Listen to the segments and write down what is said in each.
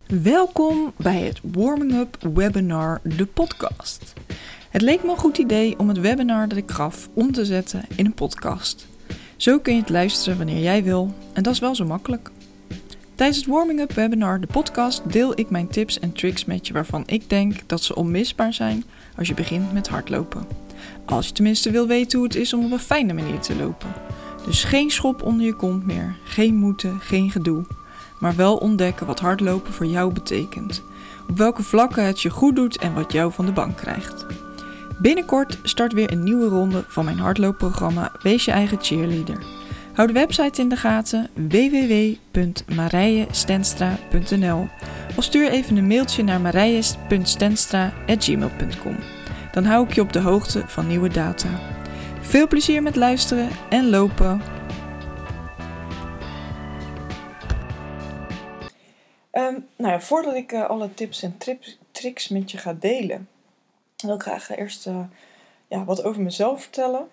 Welkom bij het Warming Up Webinar, de podcast. Het leek me een goed idee om het webinar dat ik gaf om te zetten in een podcast. Zo kun je het luisteren wanneer jij wil en dat is wel zo makkelijk. Tijdens het Warming Up Webinar, de podcast, deel ik mijn tips en tricks met je waarvan ik denk dat ze onmisbaar zijn als je begint met hardlopen. Als je tenminste wil weten hoe het is om op een fijne manier te lopen. Dus geen schop onder je kont meer, geen moeten, geen gedoe. Maar wel ontdekken wat hardlopen voor jou betekent. Op welke vlakken het je goed doet en wat jou van de bank krijgt. Binnenkort start weer een nieuwe ronde van mijn hardloopprogramma Wees je eigen cheerleader. Hou de website in de gaten www.marijenstenstra.nl of stuur even een mailtje naar marijen.stenstra@gmail.com. Dan hou ik je op de hoogte van nieuwe data. Veel plezier met luisteren en lopen! Voordat ik alle tips en tricks met je ga delen, wil ik graag eerst wat over mezelf vertellen.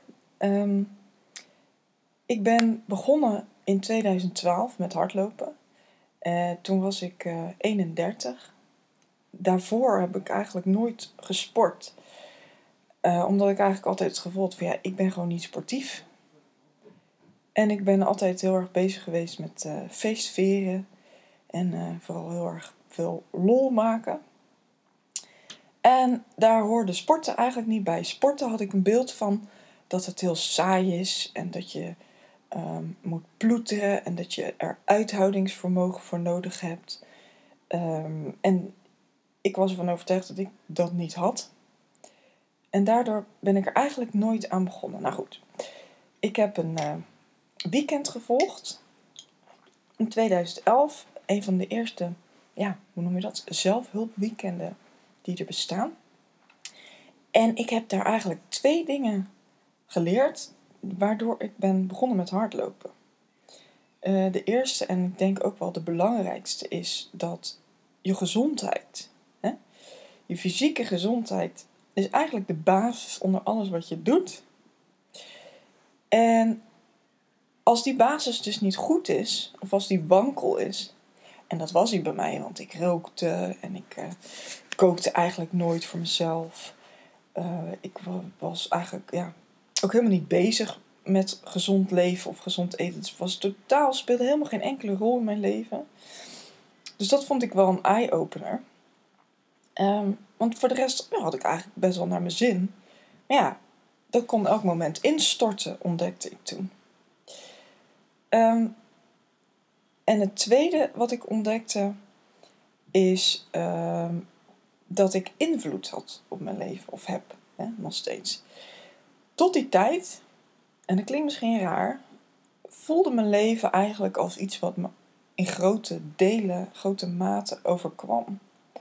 Ik ben begonnen in 2012 met hardlopen. Toen was ik 31. Daarvoor heb ik eigenlijk nooit gesport. Omdat ik eigenlijk altijd het gevoel had van ik ben gewoon niet sportief. En ik ben altijd heel erg bezig geweest met feestveren. En vooral heel erg veel lol maken. En daar hoorde sporten eigenlijk niet bij. Sporten had ik een beeld van dat het heel saai is. En dat je moet ploeteren. En dat je er uithoudingsvermogen voor nodig hebt. En ik was ervan overtuigd dat ik dat niet had. En daardoor ben ik er eigenlijk nooit aan begonnen. Nou goed, ik heb een weekend gevolgd. In 2011. Een van de eerste, zelfhulpweekenden die er bestaan. En ik heb daar eigenlijk 2 dingen geleerd, waardoor ik ben begonnen met hardlopen. De eerste, en ik denk ook wel de belangrijkste, is dat je gezondheid, je fysieke gezondheid, is eigenlijk de basis onder alles wat je doet. En als die basis dus niet goed is, of als die wankel is, en dat was hij bij mij, want ik rookte en ik kookte eigenlijk nooit voor mezelf. Ik was eigenlijk ook helemaal niet bezig met gezond leven of gezond eten. Het speelde helemaal geen enkele rol in mijn leven. Dus dat vond ik wel een eye-opener. Want voor de rest had ik eigenlijk best wel naar mijn zin. Maar dat kon elk moment instorten, ontdekte ik toen. En het tweede wat ik ontdekte is dat ik invloed had op mijn leven, of heb, nog steeds. Tot die tijd, en dat klinkt misschien raar, voelde mijn leven eigenlijk als iets wat me in grote mate overkwam.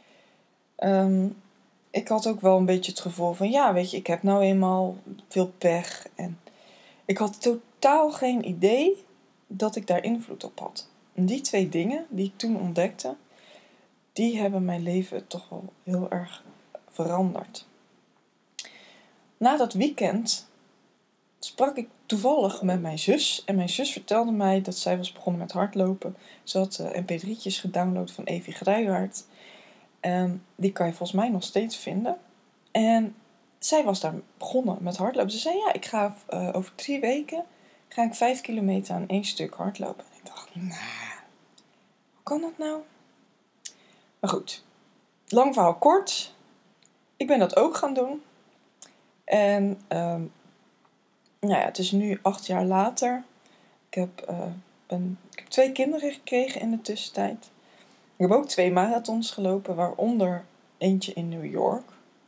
Ik had ook wel een beetje het gevoel van, ik heb nou eenmaal veel pech. En ik had totaal geen idee dat ik daar invloed op had. En die 2 dingen die ik toen ontdekte, die hebben mijn leven toch wel heel erg veranderd. Na dat weekend sprak ik toevallig met mijn zus. En mijn zus vertelde mij dat zij was begonnen met hardlopen. Ze had mp3'tjes gedownload van Evie Gruijaert. Die kan je volgens mij nog steeds vinden. En zij was daar begonnen met hardlopen. Ze zei, ik ga over 3 weken ga ik 5 kilometer aan 1 stuk hardlopen. En ik dacht, hoe kan dat nou? Maar goed, lang verhaal kort. Ik ben dat ook gaan doen. En het is nu 8 jaar later. Ik heb 2 kinderen gekregen in de tussentijd. Ik heb ook 2 marathons gelopen, waaronder eentje in New York.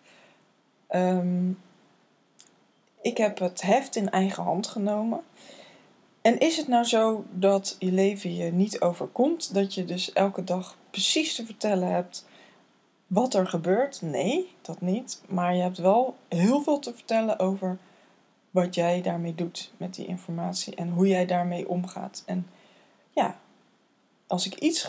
Ik heb het heft in eigen hand genomen. En is het nou zo dat je leven je niet overkomt? Dat je dus elke dag precies te vertellen hebt wat er gebeurt? Nee, dat niet. Maar je hebt wel heel veel te vertellen over wat jij daarmee doet met die informatie. En hoe jij daarmee omgaat. En als ik iets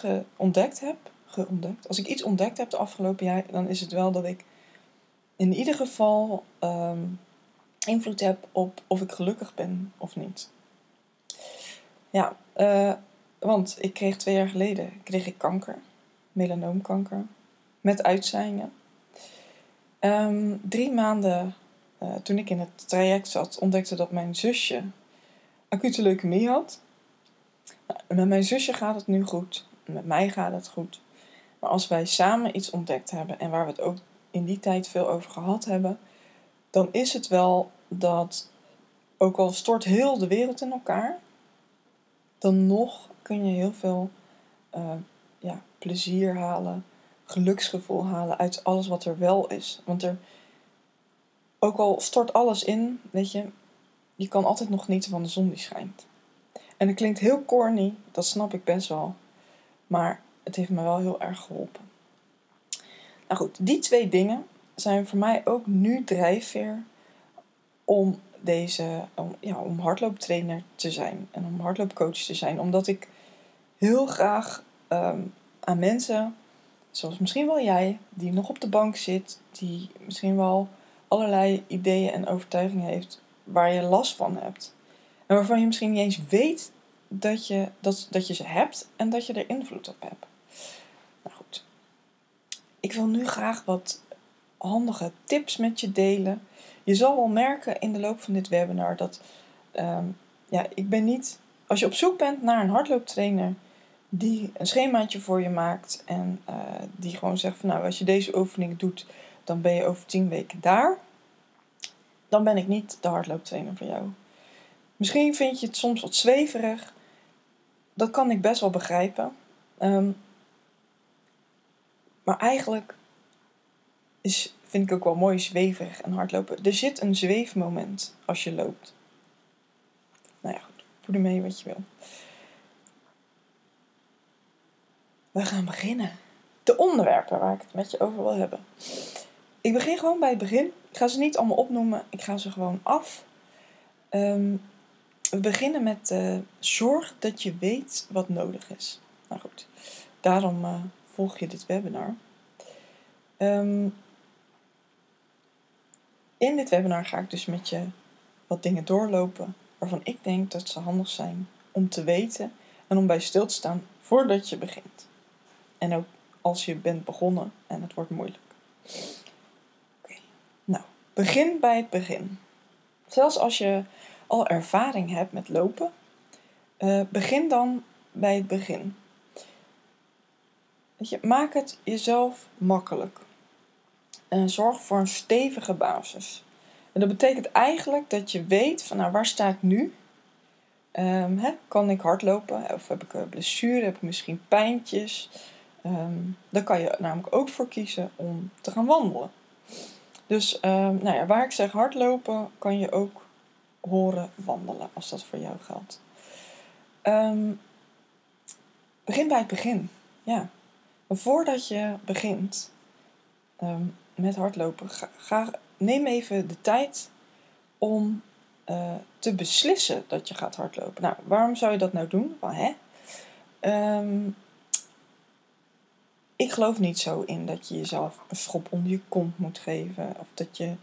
ontdekt heb de afgelopen jaar, dan is het wel dat ik in ieder geval invloed heb op of ik gelukkig ben of niet. Want ik kreeg 2 jaar geleden kanker. melanoomkanker. Met uitzaaiingen. 3 maanden toen ik in het traject zat, ontdekte dat mijn zusje acute leukemie had. Nou, met mijn zusje gaat het nu goed. Met mij gaat het goed. Maar als wij samen iets ontdekt hebben en waar we het ook in die tijd veel over gehad hebben, dan is het wel dat, ook al stort heel de wereld in elkaar, dan nog kun je heel veel plezier halen, geluksgevoel halen uit alles wat er wel is. Want ook al stort alles in, weet je kan altijd nog genieten van de zon die schijnt. En dat klinkt heel corny, dat snap ik best wel. Maar het heeft me wel heel erg geholpen. Nou goed, die 2 dingen zijn voor mij ook nu drijfveer om hardlooptrainer te zijn. En om hardloopcoach te zijn. Omdat ik heel graag aan mensen, zoals misschien wel jij, die nog op de bank zit, die misschien wel allerlei ideeën en overtuigingen heeft waar je last van hebt. En waarvan je misschien niet eens weet dat je ze hebt en dat je er invloed op hebt. Nou goed. Ik wil nu graag wat handige tips met je delen. Je zal wel merken in de loop van dit webinar dat ik ben niet, als je op zoek bent naar een hardlooptrainer die een schemaatje voor je maakt en die gewoon zegt van nou, als je deze oefening doet, dan ben je over 10 weken daar. Dan ben ik niet de hardlooptrainer voor jou. Misschien vind je het soms wat zweverig. Dat kan ik best wel begrijpen. Maar eigenlijk vind ik ook wel mooi zweverig en hardlopen. Er zit een zweefmoment als je loopt. Nou ja, goed. Voer ermee wat je wil. We gaan beginnen. De onderwerpen waar ik het met je over wil hebben. Ik begin gewoon bij het begin. Ik ga ze niet allemaal opnoemen. Ik ga ze gewoon af. We beginnen met zorg dat je weet wat nodig is. Nou goed, daarom volg je dit webinar. In dit webinar ga ik dus met je wat dingen doorlopen waarvan ik denk dat ze handig zijn om te weten en om bij stil te staan voordat je begint. En ook als je bent begonnen en het wordt moeilijk. Oké. Nou, begin bij het begin. Zelfs als je al ervaring hebt met lopen, begin dan bij het begin. Maak het jezelf makkelijk. En zorg voor een stevige basis. En dat betekent eigenlijk dat je weet van nou, waar sta ik nu? Kan ik hardlopen? Of heb ik een blessure? Heb ik misschien pijntjes? Daar kan je namelijk ook voor kiezen om te gaan wandelen. Dus waar ik zeg hardlopen, kan je ook horen wandelen, als dat voor jou geldt. Begin bij het begin. Ja. Maar voordat je begint met hardlopen, neem even de tijd om te beslissen dat je gaat hardlopen. Nou, waarom zou je dat nou doen? Ik geloof niet zo in dat je jezelf een schop onder je kont moet geven. Of dat je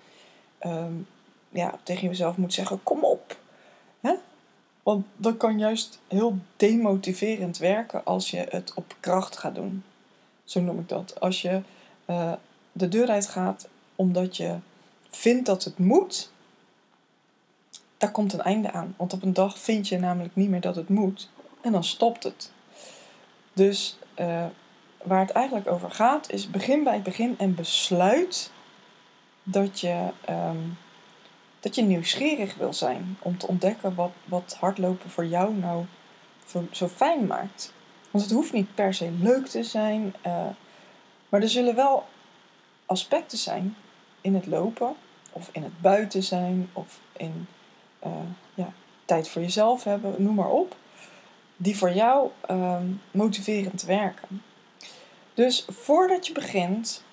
tegen jezelf moet zeggen, kom op. Want dat kan juist heel demotiverend werken als je het op kracht gaat doen. Zo noem ik dat. Als je de deur uit gaat omdat je vindt dat het moet, daar komt een einde aan. Want op een dag vind je namelijk niet meer dat het moet. En dan stopt het. Dus waar het eigenlijk over gaat is begin bij het begin en besluit dat je nieuwsgierig wil zijn. Om te ontdekken wat hardlopen voor jou nou zo fijn maakt. Want het hoeft niet per se leuk te zijn. Maar er zullen wel aspecten zijn in het lopen. Of in het buiten zijn. Of in tijd voor jezelf hebben. Noem maar op. Die voor jou motiverend werken. Dus voordat je begint.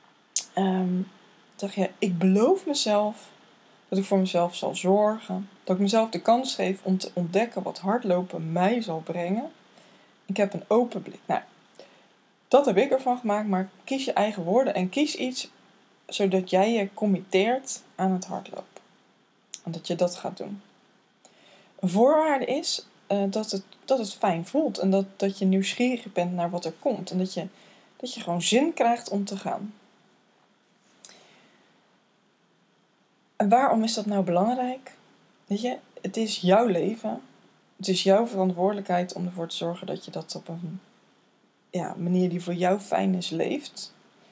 Zeg je, ik beloof mezelf dat ik voor mezelf zal zorgen. Dat ik mezelf de kans geef om te ontdekken wat hardlopen mij zal brengen. Ik heb een open blik. Nou, dat heb ik ervan gemaakt, maar kies je eigen woorden en kies iets zodat jij je committeert aan het hardlopen. En dat je dat gaat doen. Een voorwaarde is dat het fijn voelt en dat je nieuwsgierig bent naar wat er komt. En dat je Dat je gewoon zin krijgt om te gaan. En waarom is dat nou belangrijk? Weet je, het is jouw leven. Het is jouw verantwoordelijkheid om ervoor te zorgen dat je dat op een manier die voor jou fijn is leeft.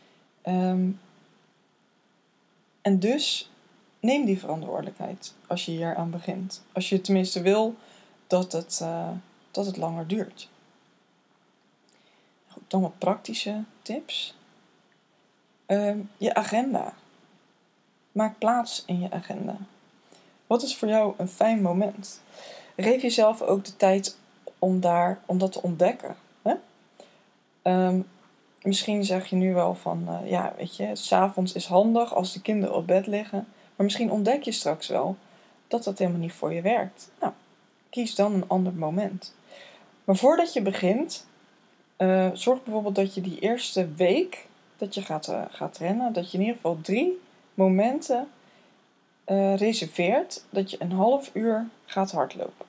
En dus neem die verantwoordelijkheid als je hier aan begint. Als je tenminste wil dat het langer duurt. Goed, dan wat praktische tips. Je agenda. Maak plaats in je agenda. Wat is voor jou een fijn moment? Geef jezelf ook de tijd om dat te ontdekken. Hè? Misschien zeg je nu wel van, weet je, 's avonds is handig als de kinderen op bed liggen. Maar misschien ontdek je straks wel dat dat helemaal niet voor je werkt. Nou, kies dan een ander moment. Maar voordat je begint, zorg bijvoorbeeld dat je die eerste week dat je gaat rennen, dat je in ieder geval 3 momenten reserveert dat je een half uur gaat hardlopen.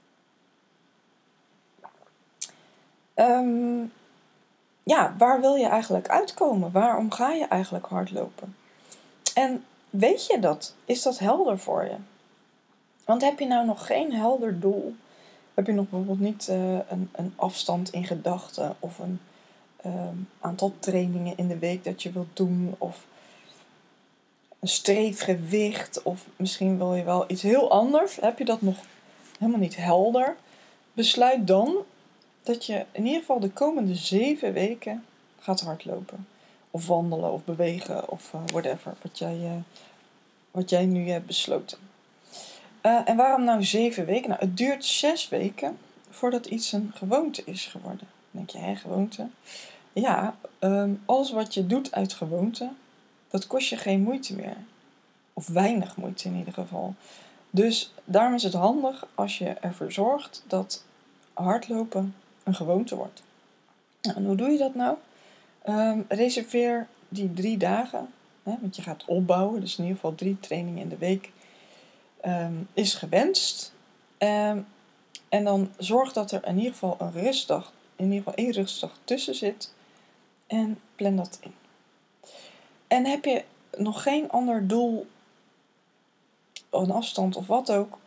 Waar wil je eigenlijk uitkomen? Waarom ga je eigenlijk hardlopen? En weet je dat? Is dat helder voor je? Want heb je nou nog geen helder doel? Heb je nog bijvoorbeeld niet een afstand in gedachten of een aantal trainingen in de week dat je wilt doen of een streefgewicht of misschien wil je wel iets heel anders? Heb je dat nog helemaal niet helder? Besluit dan dat je in ieder geval de komende 7 weken gaat hardlopen. Of wandelen of bewegen of whatever. Wat jij nu hebt besloten. En waarom nou 7 weken? Nou, het duurt 6 weken voordat iets een gewoonte is geworden. Dan denk je, gewoonte? Ja, alles wat je doet uit gewoonte, dat kost je geen moeite meer. Of weinig moeite in ieder geval. Dus daarom is het handig als je ervoor zorgt dat hardlopen een gewoonte wordt. Nou, en hoe doe je dat nou? Reserveer die 3 dagen. Want je gaat opbouwen. Dus in ieder geval 3 trainingen in de week is gewenst. En dan zorg dat er in ieder geval één rustdag tussen zit. En plan dat in. En heb je nog geen ander doel, een afstand of wat ook,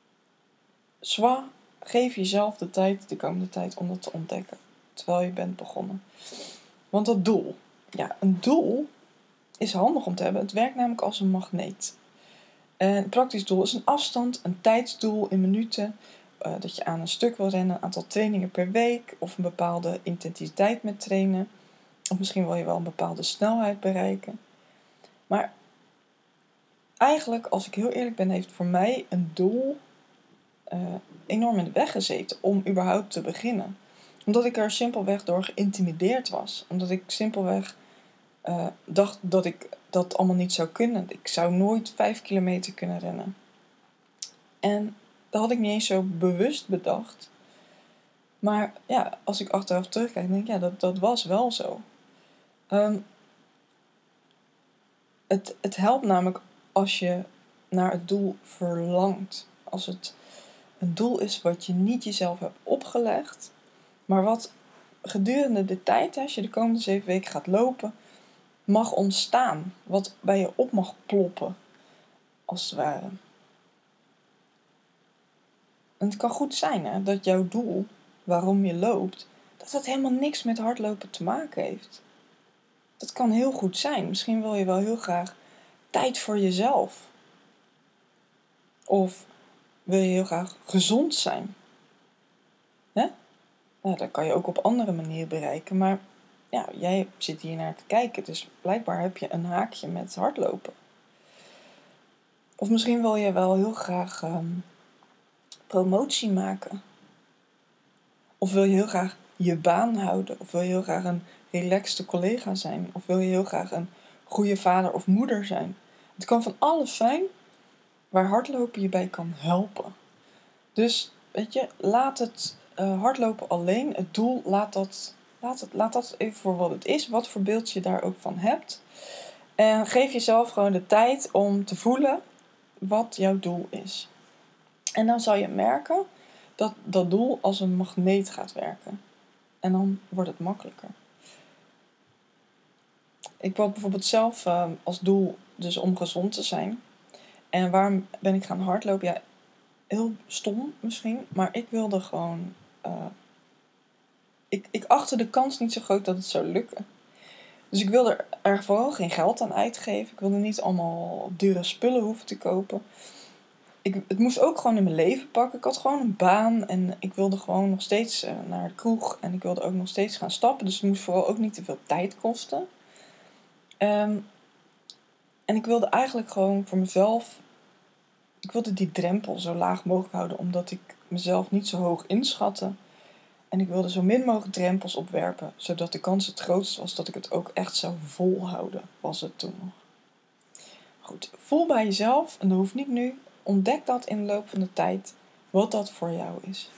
geef jezelf de komende tijd om dat te ontdekken. Terwijl je bent begonnen. Want dat doel. Ja, een doel is handig om te hebben. Het werkt namelijk als een magneet. Een praktisch doel is een afstand, een tijdsdoel in minuten. Dat je aan een stuk wil rennen, een aantal trainingen per week. Of een bepaalde intensiteit met trainen. Of misschien wil je wel een bepaalde snelheid bereiken. Maar eigenlijk, als ik heel eerlijk ben, heeft voor mij een doel enorm in de weg gezeten om überhaupt te beginnen. Omdat ik er simpelweg door geïntimideerd was. Omdat ik simpelweg dacht dat ik dat allemaal niet zou kunnen. Ik zou nooit 5 kilometer kunnen rennen. En dat had ik niet eens zo bewust bedacht. Maar ja, als ik achteraf terugkijk, denk ik, dat was wel zo. Het helpt namelijk als je naar het doel verlangt. Als het een doel is wat je niet jezelf hebt opgelegd, maar wat gedurende de tijd, als je de komende 7 weken gaat lopen, mag ontstaan. Wat bij je op mag ploppen, als het ware. En het kan goed zijn dat jouw doel, waarom je loopt, dat helemaal niks met hardlopen te maken heeft. Dat kan heel goed zijn. Misschien wil je wel heel graag tijd voor jezelf. Of wil je heel graag gezond zijn. Nou, dat kan je ook op andere manieren bereiken. Maar ja, jij zit hier naar te kijken. Dus blijkbaar heb je een haakje met hardlopen. Of misschien wil je wel heel graag promotie maken. Of wil je heel graag je baan houden. Of wil je heel graag een relaxte collega zijn. Of wil je heel graag een goede vader of moeder zijn. Het kan van alles zijn waar hardlopen je bij kan helpen. Dus weet je, laat het hardlopen alleen. Het doel, laat dat even voor wat het is. Wat voor beeld je daar ook van hebt. En geef jezelf gewoon de tijd om te voelen wat jouw doel is. En dan zal je merken dat dat doel als een magneet gaat werken. En dan wordt het makkelijker. ik wil bijvoorbeeld zelf als doel dus om gezond te zijn. En waarom ben ik gaan hardlopen? Ja, heel stom misschien, maar ik wilde gewoon... ik achtte de kans niet zo groot dat het zou lukken. Dus ik wilde er vooral geen geld aan uitgeven. Ik wilde niet allemaal dure spullen hoeven te kopen. Het moest ook gewoon in mijn leven pakken. Ik had gewoon een baan en ik wilde gewoon nog steeds naar de kroeg. En ik wilde ook nog steeds gaan stappen. Dus het moest vooral ook niet te veel tijd kosten. En ik wilde eigenlijk gewoon voor mezelf... Ik wilde die drempel zo laag mogelijk houden, omdat ik mezelf niet zo hoog inschatte. En ik wilde zo min mogelijk drempels opwerpen, zodat de kans het grootst was dat ik het ook echt zou volhouden, was het toen nog. Goed, voel bij jezelf, en dat hoeft niet nu, ontdek dat in de loop van de tijd, wat dat voor jou is.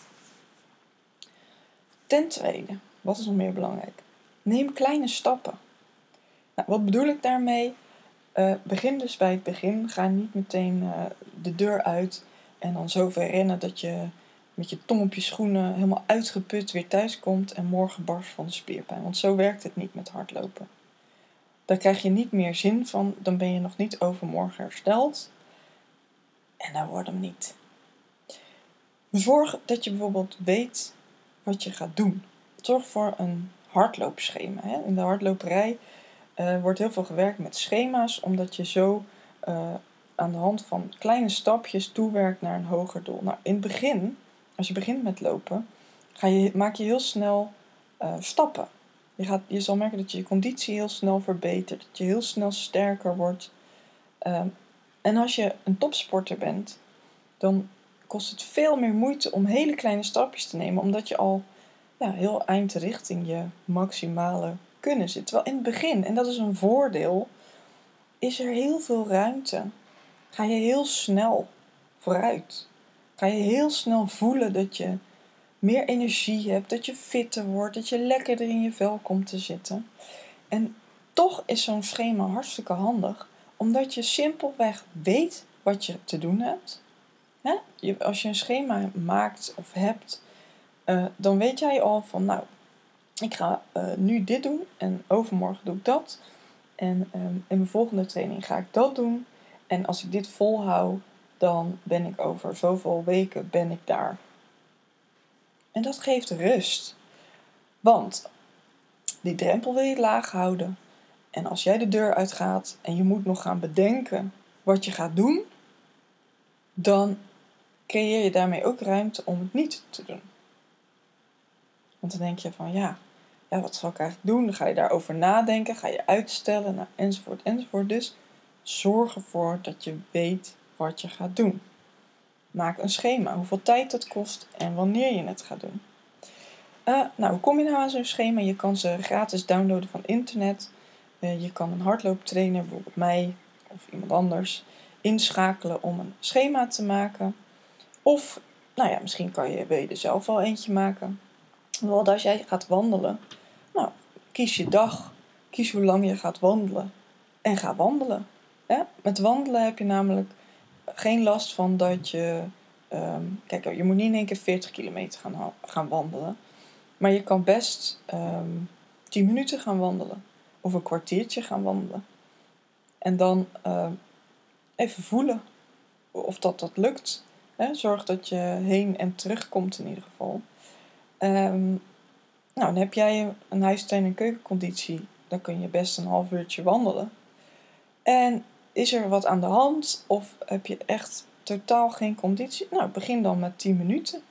Ten tweede, wat is nog meer belangrijk? Neem kleine stappen. Nou, wat bedoel ik daarmee? Begin dus bij het begin. Ga niet meteen de deur uit en dan zo ver rennen dat je met je tong op je schoenen helemaal uitgeput weer thuis komt en morgen barst van de spierpijn. Want zo werkt het niet met hardlopen. Daar krijg je niet meer zin van, dan ben je nog niet overmorgen hersteld. En dat wordt hem niet. Zorg dat je bijvoorbeeld weet wat je gaat doen. Zorg voor een hardloopschema. Hè? In de hardloperij wordt heel veel gewerkt met schema's, omdat je zo aan de hand van kleine stapjes toewerkt naar een hoger doel. Nou, in het begin, als je begint met lopen, maak je heel snel stappen. Je zal merken dat je conditie heel snel verbetert, dat je heel snel sterker wordt. En als je een topsporter bent, dan kost het veel meer moeite om hele kleine stapjes te nemen, omdat je al heel eind richting je maximale kunnen zit. Terwijl in het begin, en dat is een voordeel, is er heel veel ruimte. Ga je heel snel vooruit. Ga je heel snel voelen dat je meer energie hebt, dat je fitter wordt, dat je lekkerder in je vel komt te zitten. En toch is zo'n schema hartstikke handig, omdat je simpelweg weet wat je te doen hebt. Als je een schema maakt of hebt, dan weet jij al van, nou, ik ga nu dit doen en overmorgen doe ik dat. En in mijn volgende training ga ik dat doen. En als ik dit volhoud, dan ben ik over zoveel weken daar. En dat geeft rust. Want die drempel wil je laag houden. En als jij de deur uitgaat en je moet nog gaan bedenken wat je gaat doen, dan creëer je daarmee ook ruimte om het niet te doen. Want dan denk je van ja, wat zal ik eigenlijk doen? Dan ga je daarover nadenken, ga je uitstellen, nou, enzovoort, enzovoort. Dus zorg ervoor dat je weet wat je gaat doen. Maak een schema, hoeveel tijd dat kost en wanneer je het gaat doen. Hoe kom je nou aan zo'n schema? Je kan ze gratis downloaden van internet. Je kan een hardlooptrainer, bijvoorbeeld mij of iemand anders, inschakelen om een schema te maken. Of, misschien wil je er zelf wel eentje maken. Want als jij gaat wandelen, kies je dag, kies hoe lang je gaat wandelen en ga wandelen. Met wandelen heb je namelijk geen last van dat je... kijk, je moet niet in één keer 40 kilometer gaan wandelen. Maar je kan best 10 minuten gaan wandelen. Of een kwartiertje gaan wandelen. En dan even voelen of dat lukt. Zorg dat je heen en terug komt in ieder geval. Dan heb jij een huistuin- en keukenconditie. Dan kun je best een half uurtje wandelen. En is er wat aan de hand? Of heb je echt totaal geen conditie? Begin dan met 10 minuten.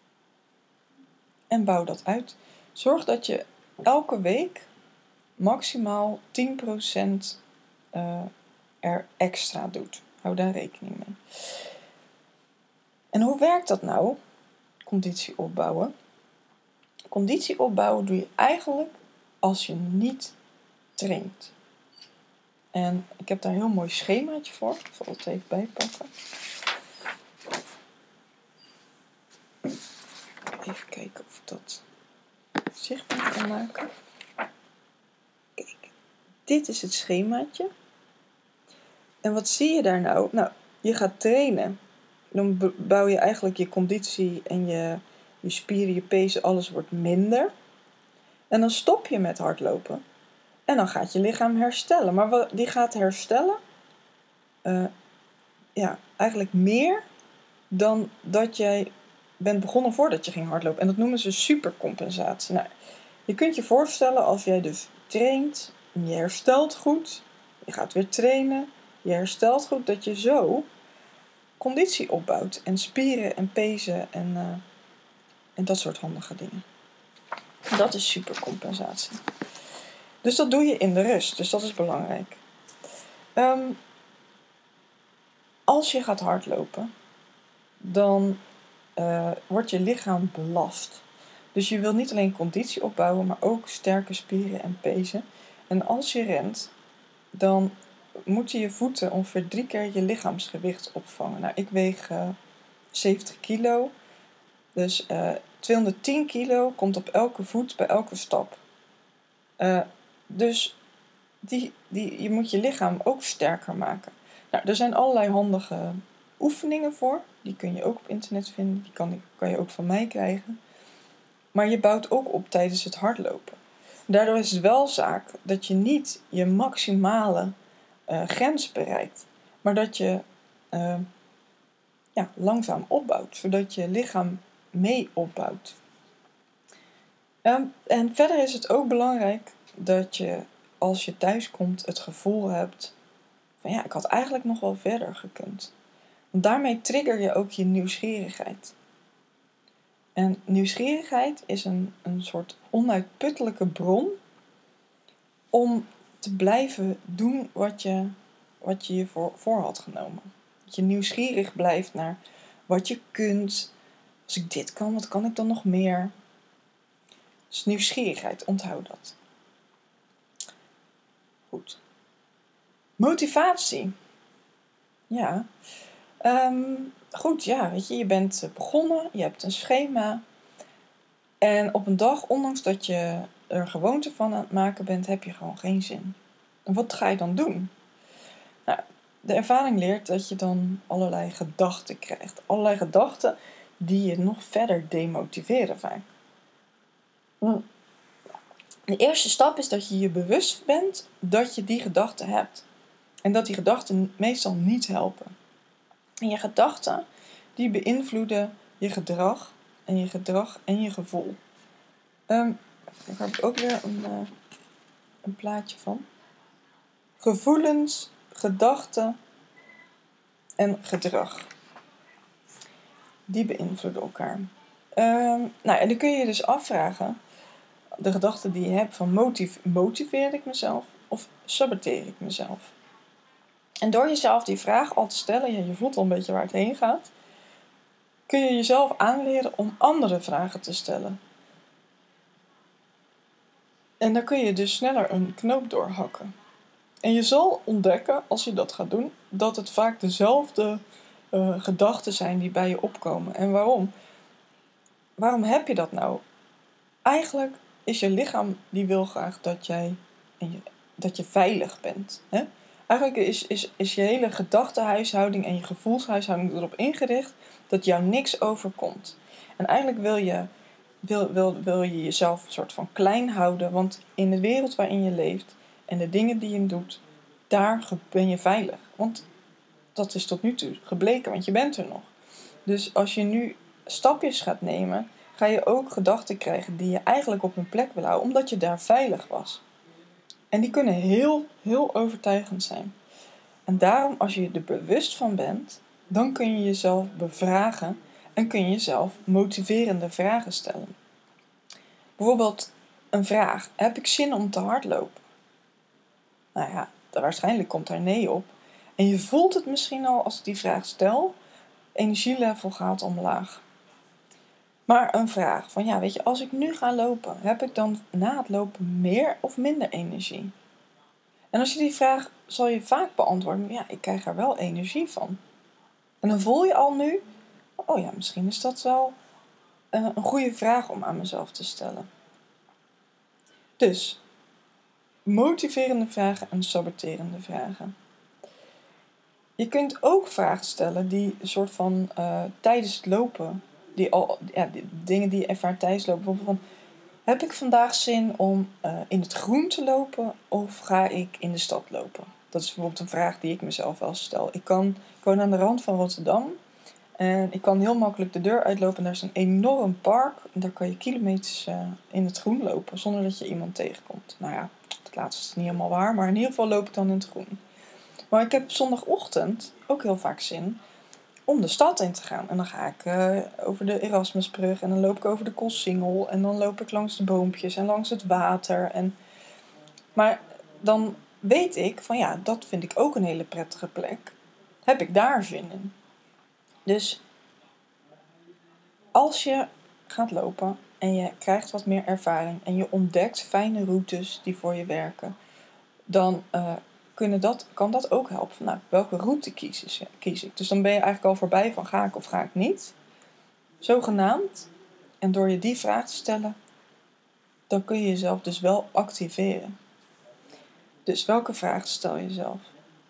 En bouw dat uit. Zorg dat je elke week maximaal 10% er extra doet. Hou daar rekening mee. En hoe werkt dat nou? Conditie opbouwen. Conditie opbouwen doe je eigenlijk als je niet traint. En ik heb daar een heel mooi schemaatje voor. Ik zal het even bijpakken. Even kijken of ik dat zichtbaar kan maken. Kijk, dit is het schemaatje. En wat zie je daar nou? Je gaat trainen. Dan bouw je eigenlijk je conditie en je spieren, je pezen, alles wordt minder. En dan stop je met hardlopen. En dan gaat je lichaam herstellen. Maar die gaat herstellen eigenlijk meer dan dat jij bent begonnen voordat je ging hardlopen. En dat noemen ze supercompensatie. Nou, je kunt je voorstellen als jij dus traint, je herstelt goed, je gaat weer trainen, je herstelt goed, dat je zo conditie opbouwt. En spieren en pezen en dat soort handige dingen. Dat is supercompensatie. Dus dat doe je in de rust. Dus dat is belangrijk. Als je gaat hardlopen, dan wordt je lichaam belast. Dus je wil niet alleen conditie opbouwen, maar ook sterke spieren en pezen. En als je rent, dan moeten je voeten ongeveer 3 keer je lichaamsgewicht opvangen. Nou, ik weeg 70 kilo. Dus 210 kilo komt op elke voet bij elke stap. Dus je moet je lichaam ook sterker maken. Nou, er zijn allerlei handige oefeningen voor. Die kun je ook op internet vinden. Die kan je ook van mij krijgen. Maar je bouwt ook op tijdens het hardlopen. Daardoor is het wel zaak dat je niet je maximale grens bereikt. Maar dat je langzaam opbouwt. Zodat je lichaam mee opbouwt. En verder is het ook belangrijk dat je, als je thuis komt, het gevoel hebt van ik had eigenlijk nog wel verder gekund. Want daarmee trigger je ook je nieuwsgierigheid. En nieuwsgierigheid is een soort onuitputtelijke bron om te blijven doen wat je voor had genomen. Dat je nieuwsgierig blijft naar wat je kunt. Als ik dit kan, wat kan ik dan nog meer? Dus nieuwsgierigheid, onthoud dat. Goed. Motivatie. Ja. Goed, weet je bent begonnen, je hebt een schema. En op een dag, ondanks dat je er gewoonte van aan het maken bent, heb je gewoon geen zin. En wat ga je dan doen? Nou, de ervaring leert dat je dan allerlei gedachten krijgt. Allerlei gedachten die je nog verder demotiveren vaak. De eerste stap is dat je je bewust bent dat je die gedachten hebt. En dat die gedachten meestal niet helpen. En je gedachten, die beïnvloeden je gedrag en je gevoel. Daar heb ik ook weer een plaatje van. Gevoelens, gedachten en gedrag. Die beïnvloeden elkaar. En dan kun je je dus afvragen, de gedachten die je hebt van motiveer ik mezelf of saboteer ik mezelf? En door jezelf die vraag al te stellen, je voelt al een beetje waar het heen gaat, kun je jezelf aanleren om andere vragen te stellen. En dan kun je dus sneller een knoop doorhakken. En je zal ontdekken, als je dat gaat doen, dat het vaak dezelfde gedachten zijn die bij je opkomen. En waarom? Waarom heb je dat nou? Eigenlijk is je lichaam, die wil graag dat je veilig bent. Hè? Eigenlijk is je hele gedachtehuishouding en je gevoelshuishouding erop ingericht dat jou niks overkomt. En eigenlijk wil je jezelf een soort van klein houden, want in de wereld waarin je leeft en de dingen die je doet, daar ben je veilig. Want dat is tot nu toe gebleken, want je bent er nog. Dus als je nu stapjes gaat nemen, ga je ook gedachten krijgen die je eigenlijk op hun plek wil houden, omdat je daar veilig was. En die kunnen heel, heel overtuigend zijn. En daarom, als je er bewust van bent, dan kun je jezelf bevragen en kun je jezelf motiverende vragen stellen. Bijvoorbeeld een vraag: heb ik zin om te hardlopen? Nou ja, waarschijnlijk komt daar nee op. En je voelt het misschien al als ik die vraag stel. Energielevel gaat omlaag. Maar een vraag van weet je, als ik nu ga lopen, heb ik dan na het lopen meer of minder energie? En als je die vraag zal je vaak beantwoorden, ik krijg er wel energie van. En dan voel je al nu, misschien is dat wel een goede vraag om aan mezelf te stellen. Dus, motiverende vragen en saboterende vragen. Je kunt ook vragen stellen die een soort van tijdens het lopen, die dingen die je ervaart tijdens het lopen, bijvoorbeeld heb ik vandaag zin om in het groen te lopen of ga ik in de stad lopen? Dat is bijvoorbeeld een vraag die ik mezelf wel stel. Ik woon aan de rand van Rotterdam en ik kan heel makkelijk de deur uitlopen. En daar is een enorm park en daar kan je kilometers in het groen lopen zonder dat je iemand tegenkomt. Nou ja, dat laatste is niet helemaal waar, maar in ieder geval loop ik dan in het groen. Maar ik heb zondagochtend ook heel vaak zin om de stad in te gaan. En dan ga ik over de Erasmusbrug en dan loop ik over de Koolsingel en dan loop ik langs de boompjes en langs het water. Maar dan weet ik van ja, dat vind ik ook een hele prettige plek. Heb ik daar zin in? Dus als je gaat lopen en je krijgt wat meer ervaring en je ontdekt fijne routes die voor je werken, dan kan dat ook helpen. Van, nou, welke route kies ik? Dus dan ben je eigenlijk al voorbij van ga ik of ga ik niet. Zogenaamd. En door je die vraag te stellen, dan kun je jezelf dus wel activeren. Dus welke vraag stel je jezelf?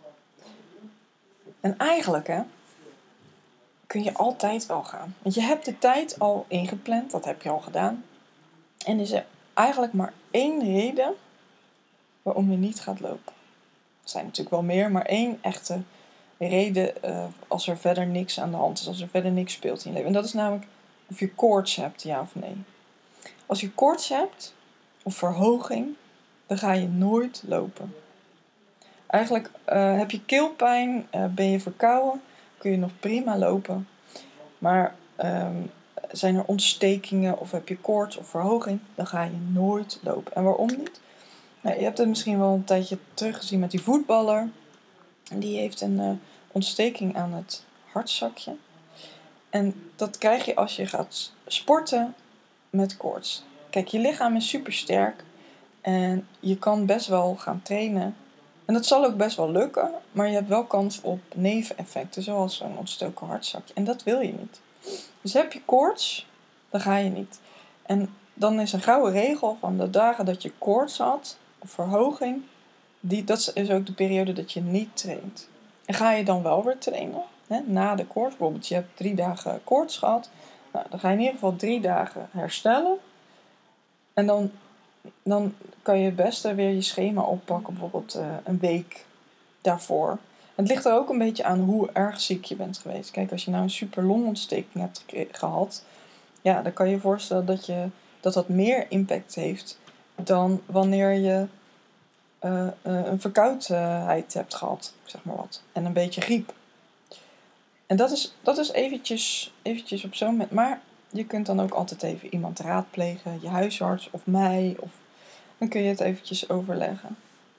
En eigenlijk kun je altijd wel gaan. Want je hebt de tijd al ingepland, dat heb je al gedaan. En er is eigenlijk maar één reden waarom je niet gaat lopen. Er zijn natuurlijk wel meer, maar één echte reden als er verder niks aan de hand is. Als er verder niks speelt in je leven. En dat is namelijk of je koorts hebt, ja of nee. Als je koorts hebt, of verhoging, dan ga je nooit lopen. Eigenlijk heb je keelpijn, ben je verkouden, kun je nog prima lopen. Maar zijn er ontstekingen of heb je koorts of verhoging, dan ga je nooit lopen. En waarom niet? Nou, je hebt het misschien wel een tijdje teruggezien met die voetballer. Die heeft een ontsteking aan het hartzakje. En dat krijg je als je gaat sporten met koorts. Kijk, je lichaam is super sterk en je kan best wel gaan trainen. En dat zal ook best wel lukken, maar je hebt wel kans op neveneffecten, zoals zo'n ontstoken hartzakje. En dat wil je niet. Dus heb je koorts, dan ga je niet. En dan is een gouden regel van de dagen dat je koorts had, of verhoging, dat is ook de periode dat je niet traint. En ga je dan wel weer trainen, na de koorts, bijvoorbeeld je hebt 3 dagen koorts gehad, nou, dan ga je in ieder geval 3 dagen herstellen. En dan kan je het beste weer je schema oppakken, bijvoorbeeld een week daarvoor. Het ligt er ook een beetje aan hoe erg ziek je bent geweest. Kijk, als je nou een super longontsteking hebt gehad, ja, dan kan je je voorstellen dat meer impact heeft dan wanneer je een verkoudheid hebt gehad, zeg maar wat. En een beetje griep. En dat is eventjes op zo'n moment. Maar je kunt dan ook altijd even iemand raadplegen, je huisarts of mij. Of dan kun je het eventjes overleggen.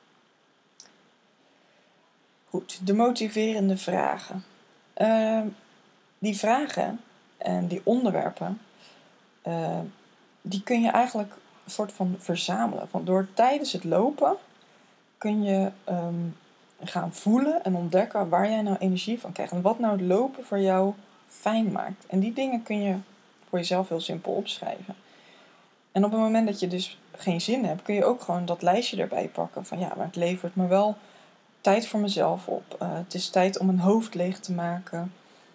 Goed, de motiverende vragen. Die vragen en die onderwerpen, die kun je eigenlijk een soort van verzamelen. Want door tijdens het lopen kun je gaan voelen en ontdekken waar jij nou energie van krijgt. En wat nou het lopen voor jou fijn maakt. En die dingen kun je voor jezelf heel simpel opschrijven. En op het moment dat je dus geen zin hebt, kun je ook gewoon dat lijstje erbij pakken. Van ja, maar het levert me wel tijd voor mezelf op. Het is tijd om mijn hoofd leeg te maken.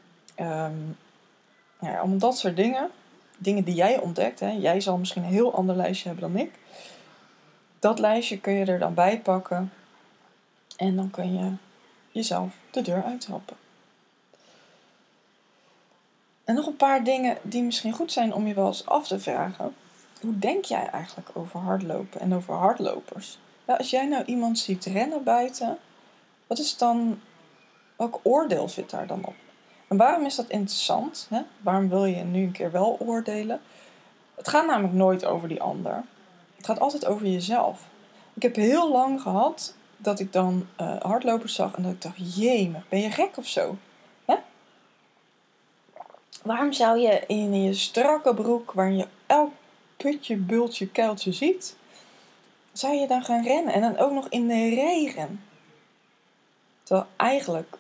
Ja, allemaal dat soort dingen. Dingen die jij ontdekt. Hè. Jij zal misschien een heel ander lijstje hebben dan ik. Dat lijstje kun je er dan bij pakken. En dan kun je jezelf de deur uithelpen. En nog een paar dingen die misschien goed zijn om je wel eens af te vragen. Hoe denk jij eigenlijk over hardlopen en over hardlopers? Nou, als jij nou iemand ziet rennen buiten, welk oordeel zit daar dan op? En waarom is dat interessant? Hè? Waarom wil je nu een keer wel oordelen? Het gaat namelijk nooit over die ander. Het gaat altijd over jezelf. Ik heb heel lang gehad dat ik dan hardlopers zag en dat ik dacht, jemig, ben je gek of zo? Hè? Waarom zou je in je strakke broek, waarin je elk putje, bultje, kuiltje ziet, zou je dan gaan rennen? En dan ook nog in de regen. Terwijl eigenlijk,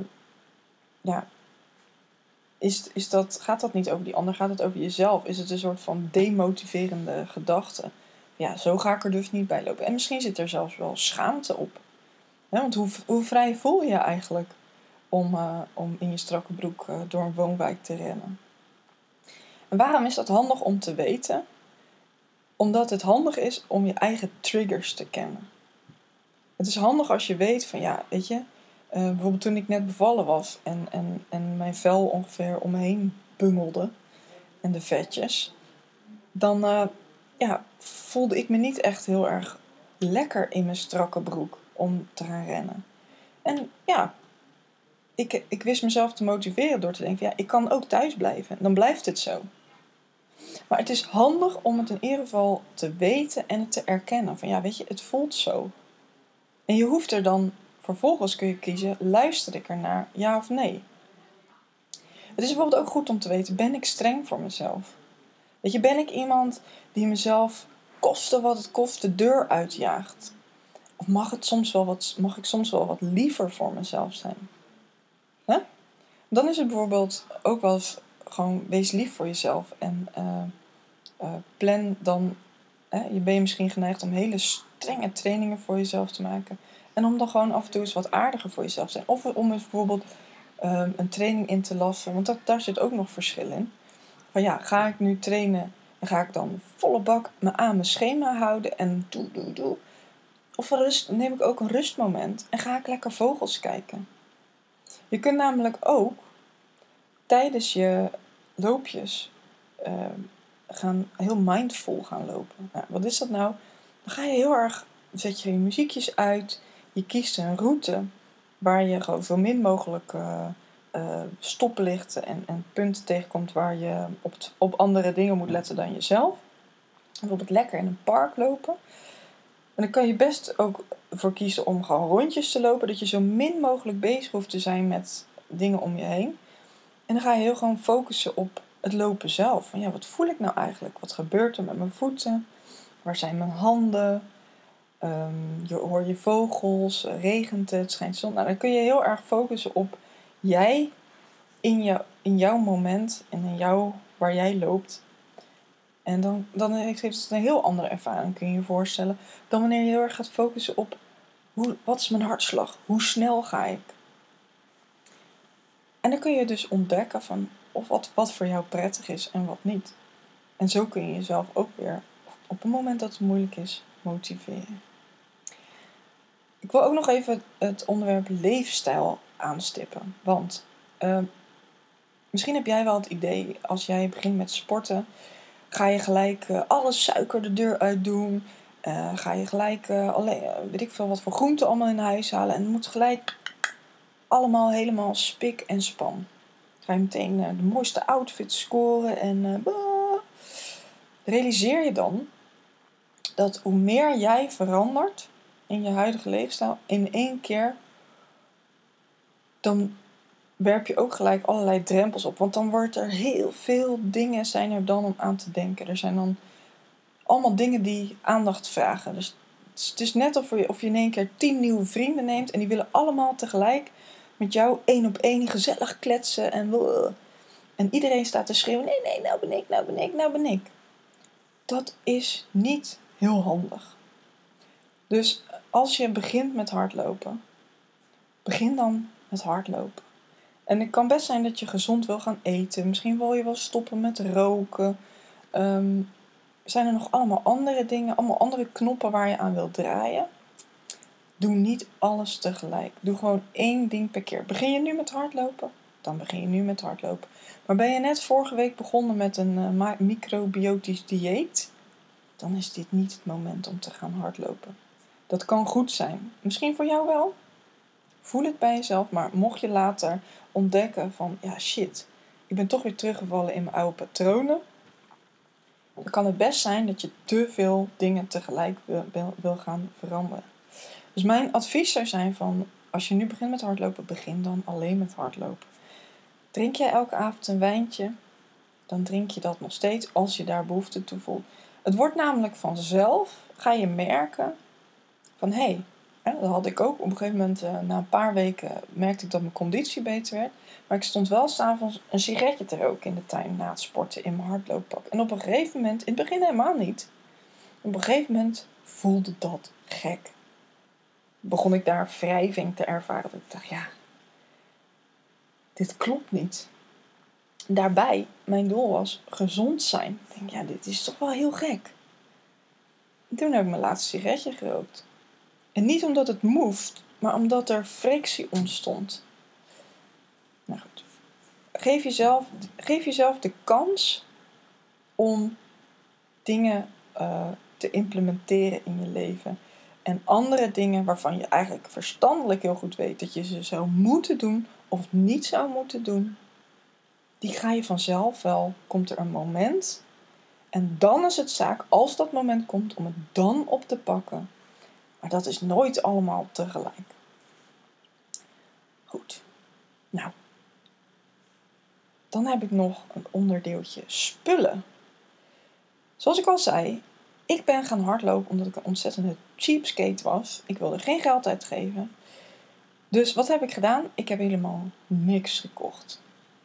gaat dat niet over die ander, gaat het over jezelf? Is het een soort van demotiverende gedachte? Ja, zo ga ik er dus niet bij lopen. En misschien zit er zelfs wel schaamte op. Ja, want hoe vrij voel je je eigenlijk om in je strakke broek door een woonwijk te rennen? En waarom is dat handig om te weten? Omdat het handig is om je eigen triggers te kennen. Het is handig als je weet van ja, weet je, bijvoorbeeld toen ik net bevallen was en mijn vel ongeveer om me heen bungelde en de vetjes, dan voelde ik me niet echt heel erg lekker in mijn strakke broek om te gaan rennen. En ja, ik wist mezelf te motiveren door te denken, ja, ik kan ook thuis blijven. Dan blijft het zo. Maar het is handig om het in ieder geval te weten en het te erkennen. Van ja, weet je, het voelt zo. En je hoeft er dan, vervolgens kun je kiezen, luister ik ernaar, ja of nee. Het is bijvoorbeeld ook goed om te weten, ben ik streng voor mezelf? Weet je, ben ik iemand die mezelf koste wat het kost de deur uitjaagt? Of mag ik soms wel wat liever voor mezelf zijn? Hè? Dan is het bijvoorbeeld ook wel eens gewoon, wees lief voor jezelf. En plan dan, je ben je misschien geneigd om hele strenge trainingen voor jezelf te maken. En om dan gewoon af en toe eens wat aardiger voor jezelf te zijn. Of om eens bijvoorbeeld een training in te lassen. Want daar zit ook nog verschil in. Van ja, ga ik nu trainen en ga ik dan volle bak me aan mijn schema houden en doe. Of neem ik ook een rustmoment en ga ik lekker vogels kijken. Je kunt namelijk ook tijdens je loopjes gaan heel mindful gaan lopen. Nou, wat is dat nou? Dan ga je heel erg, zet je muziekjes uit. Je kiest een route waar je gewoon zo min mogelijk stoplichten en punten tegenkomt waar je op andere dingen moet letten dan jezelf. Bijvoorbeeld lekker in een park lopen. En dan kan je best ook voor kiezen om gewoon rondjes te lopen. Dat je zo min mogelijk bezig hoeft te zijn met dingen om je heen. En dan ga je heel gewoon focussen op het lopen zelf. Van ja, wat voel ik nou eigenlijk? Wat gebeurt er met mijn voeten? Waar zijn mijn handen? Hoor je vogels? Regent het? Schijnt zon? Nou, dan kun je heel erg focussen op jij in jouw moment en waar jij loopt. En dan geeft het een heel andere ervaring, kun je je voorstellen, dan wanneer je heel erg gaat focussen op wat is mijn hartslag? Hoe snel ga ik? En dan kun je dus ontdekken van wat voor jou prettig is en wat niet. En zo kun je jezelf ook weer op het moment dat het moeilijk is motiveren. Ik wil ook nog even het onderwerp leefstijl aanstippen. Want misschien heb jij wel het idee, als jij begint met sporten, ga je gelijk alle suiker de deur uit doen. Ga je gelijk weet ik veel wat voor groenten allemaal in huis halen. En het moet gelijk allemaal helemaal spik en span. Ga je meteen de mooiste outfits scoren en realiseer je dan dat hoe meer jij verandert in je huidige leefstijl in één keer, dan werp je ook gelijk allerlei drempels op. Want dan wordt er heel veel dingen zijn er dan om aan te denken. Er zijn dan allemaal dingen die aandacht vragen. Dus het is net of je in één keer 10 nieuwe vrienden neemt en die willen allemaal tegelijk met jou 1-op-1 gezellig kletsen en iedereen staat te schreeuwen, nee, nou ben ik. Dat is niet heel handig. Dus als je begint met hardlopen, begin dan met hardlopen. En het kan best zijn dat je gezond wil gaan eten. Misschien wil je wel stoppen met roken. Zijn er nog allemaal andere dingen, allemaal andere knoppen waar je aan wilt draaien? Doe niet alles tegelijk. Doe gewoon 1 ding per keer. Begin je nu met hardlopen? Dan begin je nu met hardlopen. Maar ben je net vorige week begonnen met een microbiotisch dieet? Dan is dit niet het moment om te gaan hardlopen. Dat kan goed zijn. Misschien voor jou wel. Voel het bij jezelf. Maar mocht je later ontdekken van, ja shit, ik ben toch weer teruggevallen in mijn oude patronen. Dan kan het best zijn dat je te veel dingen tegelijk wil gaan veranderen. Dus mijn advies zou zijn van, als je nu begint met hardlopen, begin dan alleen met hardlopen. Drink jij elke avond een wijntje, dan drink je dat nog steeds als je daar behoefte toe voelt. Het wordt namelijk vanzelf, ga je merken van dat had ik ook. Op een gegeven moment, na een paar weken, merkte ik dat mijn conditie beter werd. Maar ik stond wel 's avonds een sigaretje te roken in de tuin na het sporten in mijn hardlooppak. En op een gegeven moment, in het begin helemaal niet. Op een gegeven moment voelde dat gek. Begon ik daar wrijving te ervaren. Dat ik dacht, ja, dit klopt niet. Daarbij, mijn doel was gezond zijn. Ik denk, ja, dit is toch wel heel gek. Toen heb ik mijn laatste sigaretje gerookt. En niet omdat het moest, maar omdat er frictie ontstond. Nou goed. Geef jezelf de kans om dingen te implementeren in je leven. En andere dingen waarvan je eigenlijk verstandelijk heel goed weet dat je ze zou moeten doen of niet zou moeten doen. Die ga je vanzelf wel. Komt er een moment. En dan is het zaak, als dat moment komt, om het dan op te pakken. Maar dat is nooit allemaal tegelijk. Goed. Nou. Dan heb ik nog een onderdeeltje spullen. Zoals ik al zei, ik ben gaan hardlopen omdat ik een ontzettende cheapskate was. Ik wilde geen geld uitgeven. Dus wat heb ik gedaan? Ik heb helemaal niks gekocht.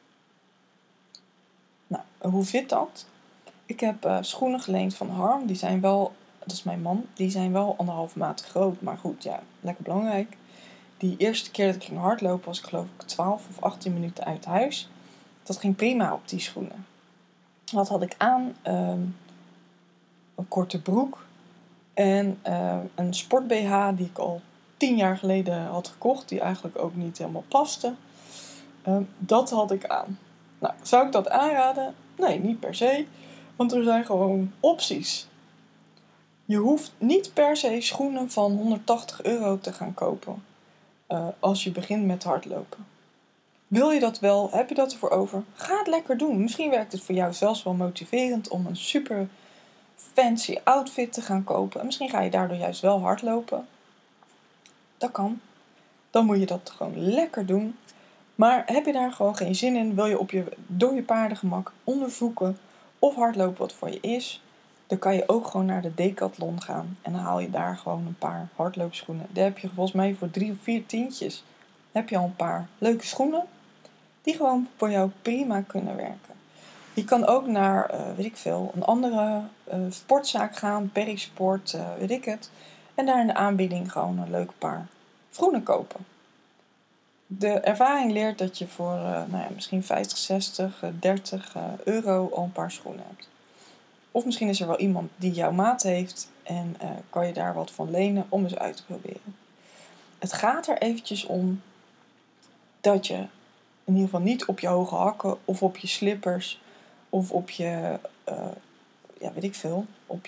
Nou, hoe zit dat? Ik heb schoenen geleend van Harm. Die zijn wel, dat is mijn man, die zijn wel 1,5 maat groot. Maar goed, ja, lekker belangrijk. Die eerste keer dat ik ging hardlopen was ik geloof ik 12 of 18 minuten uit huis. Dat ging prima op die schoenen. Wat had ik aan? Een korte broek. En een sport BH die ik al 10 jaar geleden had gekocht. Die eigenlijk ook niet helemaal paste. Dat had ik aan. Nou, zou ik dat aanraden? Nee, niet per se. Want er zijn gewoon opties. Je hoeft niet per se schoenen van €180 te gaan kopen. Als je begint met hardlopen. Wil je dat wel? Heb je dat ervoor over? Ga het lekker doen. Misschien werkt het voor jou zelfs wel motiverend om een super fancy outfit te gaan kopen. En misschien ga je daardoor juist wel hardlopen. Dat kan. Dan moet je dat gewoon lekker doen. Maar heb je daar gewoon geen zin in? Wil je door je paardengemak onderzoeken of hardlopen wat voor je is? Dan kan je ook gewoon naar de Decathlon gaan. En dan haal je daar gewoon een paar hardloopschoenen. Daar heb je volgens mij voor 3 of 4 tientjes. Heb je al een paar leuke schoenen. Die gewoon voor jou prima kunnen werken. Je kan ook naar, weet ik veel, een andere sportzaak gaan. Perisport, weet ik het. En daar in de aanbieding gewoon een leuk paar schoenen kopen. De ervaring leert dat je voor misschien 50, 60, 30 euro al een paar schoenen hebt. Of misschien is er wel iemand die jouw maat heeft en kan je daar wat van lenen om eens uit te proberen. Het gaat er eventjes om dat je in ieder geval niet op je hoge hakken of op je slippers of op je, weet ik veel,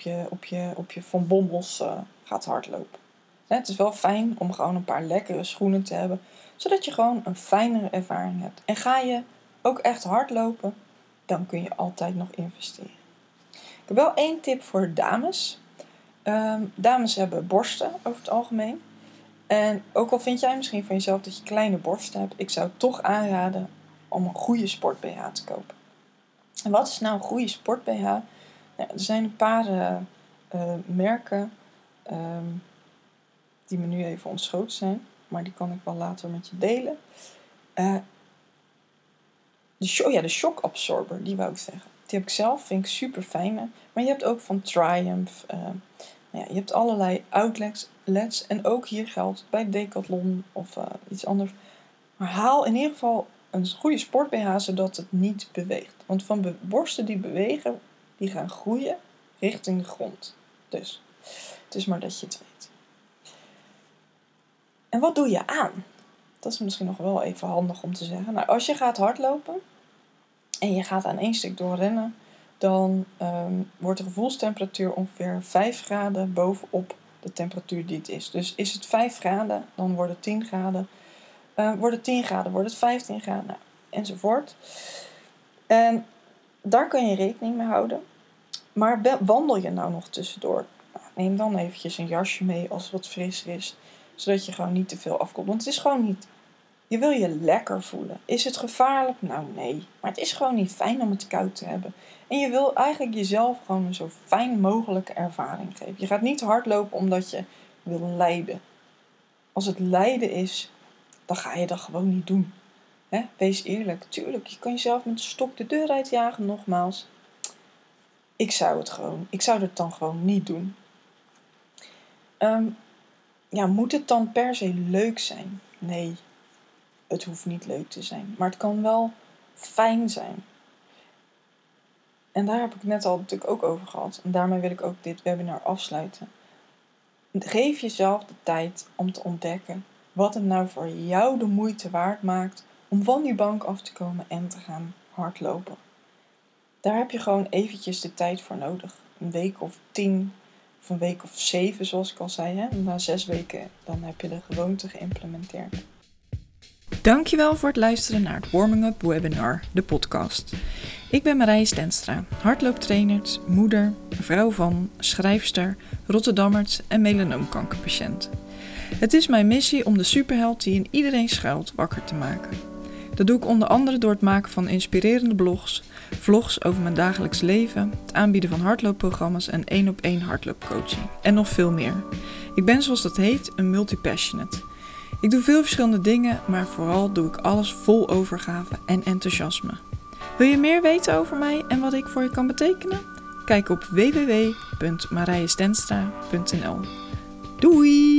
op je Van Bommels gaat hardlopen. Het is wel fijn om gewoon een paar lekkere schoenen te hebben, zodat je gewoon een fijnere ervaring hebt. En ga je ook echt hardlopen, dan kun je altijd nog investeren. Ik heb wel 1 tip voor dames. Dames hebben borsten over het algemeen. En ook al vind jij misschien van jezelf dat je kleine borsten hebt, ik zou toch aanraden om een goede sport BH te kopen. En wat is nou een goede sport BH? Nou, er zijn een paar merken die me nu even ontschoten zijn. Maar die kan ik wel later met je delen. De shock absorber, die wou ik zeggen. Die heb ik zelf, vind ik super fijne. Maar je hebt ook van Triumph. Je hebt allerlei outlets. En ook hier geldt bij Decathlon of iets anders. Maar haal in ieder geval een goede sport BH zodat het niet beweegt. Want van borsten die bewegen, die gaan groeien richting de grond. Dus het is maar dat je het weet. En wat doe je aan? Dat is misschien nog wel even handig om te zeggen. Nou, als je gaat hardlopen en je gaat aan 1 stuk doorrennen, dan wordt de gevoelstemperatuur ongeveer 5 graden bovenop de temperatuur die het is. Dus is het 5 graden, dan wordt het 10 graden. Wordt het 10 graden, wordt het 15 graden, nou, enzovoort. En daar kun je rekening mee houden. Maar wandel je nou nog tussendoor? Nou, neem dan eventjes een jasje mee als het wat frisser is. Zodat je gewoon niet te veel afkomt. Want het is gewoon niet... Je wil je lekker voelen. Is het gevaarlijk? Nou, nee. Maar het is gewoon niet fijn om het koud te hebben. En je wil eigenlijk jezelf gewoon een zo fijn mogelijke ervaring geven. Je gaat niet hardlopen omdat je wil lijden. Als het lijden is, dan ga je dat gewoon niet doen. Wees eerlijk. Tuurlijk, je kan jezelf met een stok de deur uitjagen, nogmaals. Ik zou het dan gewoon niet doen. Moet het dan per se leuk zijn? Nee, het hoeft niet leuk te zijn. Maar het kan wel fijn zijn. En daar heb ik het net al natuurlijk ook over gehad. En daarmee wil ik ook dit webinar afsluiten. Geef jezelf de tijd om te ontdekken wat het nou voor jou de moeite waard maakt om van die bank af te komen en te gaan hardlopen. Daar heb je gewoon eventjes de tijd voor nodig. Een week of 10 of een week of 7 zoals ik al zei. Hè? Na 6 weken dan heb je de gewoonte geïmplementeerd. Dankjewel voor het luisteren naar het Warming Up Webinar, de podcast. Ik ben Marije Stenstra, hardlooptrainer, moeder, vrouw van, schrijfster, Rotterdammert en melanoomkankerpatiënt. Het is mijn missie om de superheld die in iedereen schuilt wakker te maken. Dat doe ik onder andere door het maken van inspirerende blogs, vlogs over mijn dagelijks leven, het aanbieden van hardloopprogramma's en 1-op-1 hardloopcoaching en nog veel meer. Ik ben zoals dat heet een multipassionate. Ik doe veel verschillende dingen, maar vooral doe ik alles vol overgave en enthousiasme. Wil je meer weten over mij en wat ik voor je kan betekenen? Kijk op www.marijestenstra.nl. Doei!